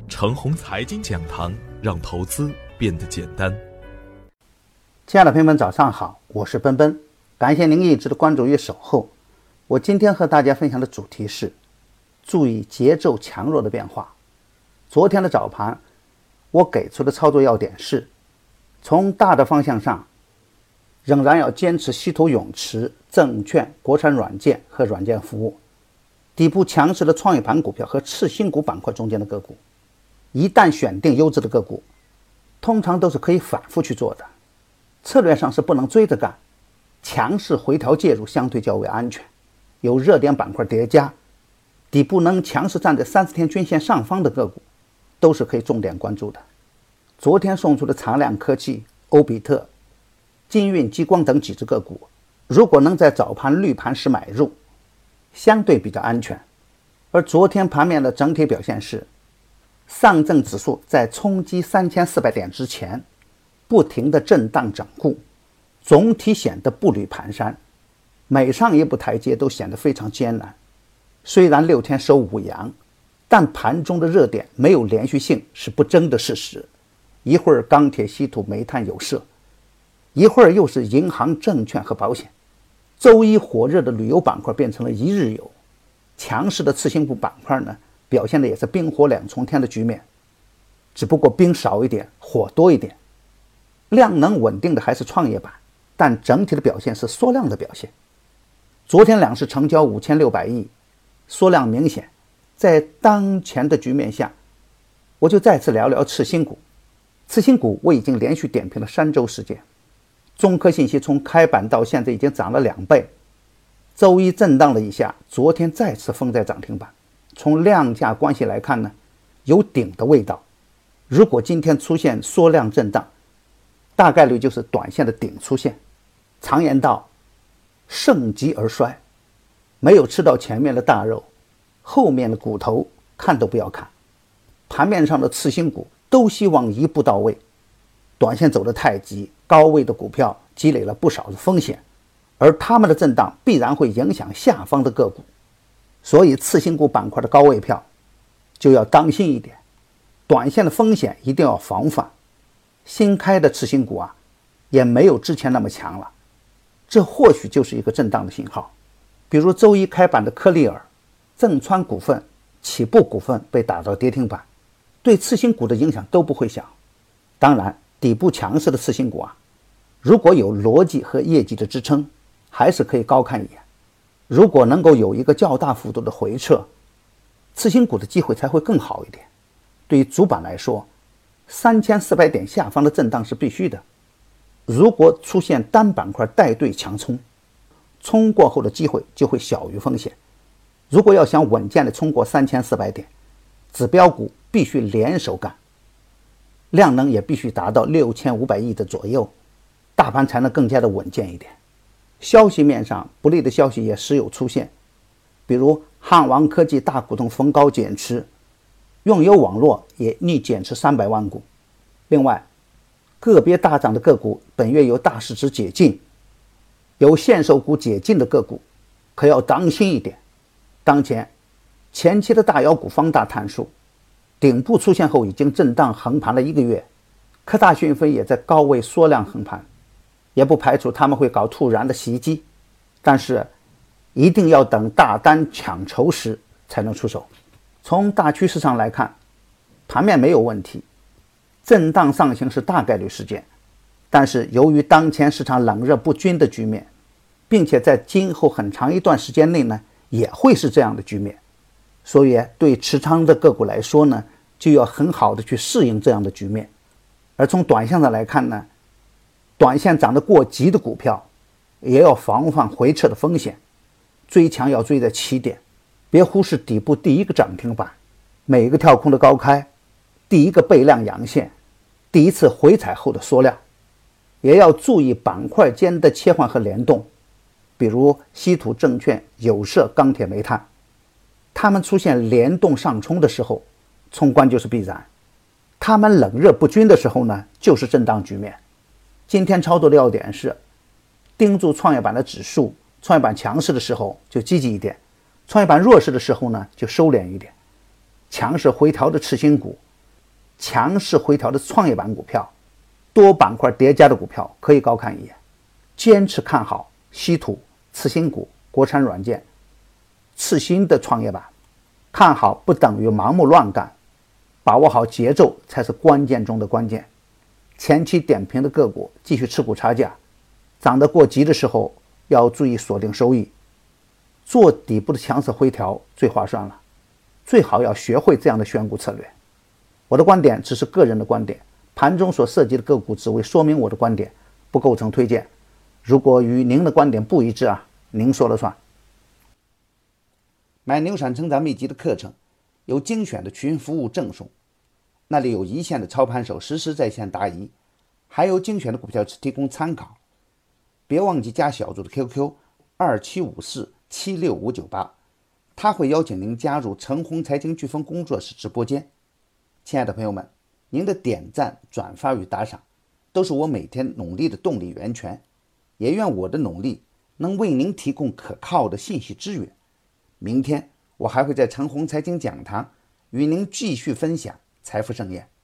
程红财经讲堂，让投资变得简单。 亲爱的朋友们，早上好，我是奔奔，感谢您一直的关注与守候。我今天和大家分享的主题是注意节奏强弱的变化。昨天的早盘，我给出的操作要点是，从大的方向上，仍然要坚持稀土永磁、证券、国产软件和软件服务，底部强势的创业板股票和次新股板块中间的个股。一旦选定优质的个股，通常都是可以反复去做的，策略上是不能追着干，强势回调介入相对较为安全。有热点板块叠加，底部能强势站在30天均线上方的个股，都是可以重点关注的。昨天送出的长亮科技、欧比特、金运激光等几只个股，如果能在早盘绿盘时买入，相对比较安全。而昨天盘面的整体表现是，上证指数在冲击3400点之前不停的震荡整固，总体显得步履蹒跚，每上一步台阶都显得非常艰难。虽然6天收5阳，但盘中的热点没有连续性是不争的事实，一会儿钢铁、稀土、煤炭、有色，一会儿又是银行、证券和保险。周一火热的旅游板块变成了一日游，强势的次新股板块呢，表现的也是冰火两重天的局面，只不过冰少一点，火多一点。量能稳定的还是创业板，但整体的表现是缩量的表现。昨天两市成交5600亿，缩量明显。在当前的局面下，我就再次聊聊次新股。次新股我已经连续点评了3周时间，中科信息从开板到现在已经涨了2倍，周一震荡了一下，昨天再次封在涨停板。从量价关系来看呢，有顶的味道。如果今天出现缩量震荡，大概率就是短线的顶出现。常言道，盛极而衰，没有吃到前面的大肉，后面的骨头看都不要看。盘面上的次新股都希望一步到位，短线走得太急，高位的股票积累了不少的风险，而他们的震荡必然会影响下方的个股。所以次新股板块的高位票就要当心一点，短线的风险一定要防范。新开的次新股也没有之前那么强了，这或许就是一个震荡的信号。比如周一开板的科利尔、正川股份、起步股份被打到跌停板，对次新股的影响都不会小。当然，底部强势的次新股如果有逻辑和业绩的支撑，还是可以高看一眼。如果能够有一个较大幅度的回撤，次新股的机会才会更好一点。对于主板来说，3400点下方的震荡是必须的。如果出现单板块带队强冲，冲过后的机会就会小于风险。如果要想稳健的冲过3400点，指标股必须联手干，量能也必须达到6500亿的左右，大盘才能更加的稳健一点。消息面上不利的消息也时有出现，比如汉王科技大股东逢高减持，用友网络也逆减持300万股。另外，个别大涨的个股本月有大市值解禁，有限售股解禁的个股可要当心一点。当前前期的大妖股方大碳素顶部出现后已经震荡横盘了1个月，科大讯飞也在高位缩量横盘，也不排除他们会搞突然的袭击，但是一定要等大单抢筹时才能出手。从大趋势上来看，盘面没有问题，震荡上行是大概率事件，但是由于当前市场冷热不均的局面，并且在今后很长一段时间内呢也会是这样的局面，所以对持仓的个股来说呢，就要很好的去适应这样的局面。而从短线上来看呢，短线涨得过急的股票也要防范回撤的风险，追强要追在起点，别忽视底部第一个涨停板，每一个跳空的高开，第一个倍量阳线，第一次回踩后的缩量。也要注意板块间的切换和联动，比如稀土、证券、有色、钢铁、煤炭，它们出现联动上冲的时候，冲关就是必然；它们冷热不均的时候呢，就是震荡局面。今天操作的要点是盯住创业板的指数，创业板强势的时候就积极一点，创业板弱势的时候呢就收敛一点。强势回调的次新股强势回调的创业板股票，多板块叠加的股票可以高看一眼。坚持看好稀土、次新股、国产软件、次新的创业板。看好不等于盲目乱干，把握好节奏才是关键中的关键。前期点评的个股继续持股差价，涨得过急的时候要注意锁定收益。做底部的强势回调最划算了，最好要学会这样的选股策略。我的观点只是个人的观点，盘中所涉及的个股只为说明我的观点，不构成推荐。如果与您的观点不一致您说了算。买牛产成长秘籍的课程，有精选的群服务赠送，那里有一线的操盘手实时在线答疑，还有精选的股票只提供参考。别忘记加小组的 QQ 2754-76598，他会邀请您加入陈红财经飓风工作室直播间。亲爱的朋友们，您的点赞、转发与打赏都是我每天努力的动力源泉，也愿我的努力能为您提供可靠的信息资源。明天我还会在陈红财经讲堂与您继续分享财富盛宴。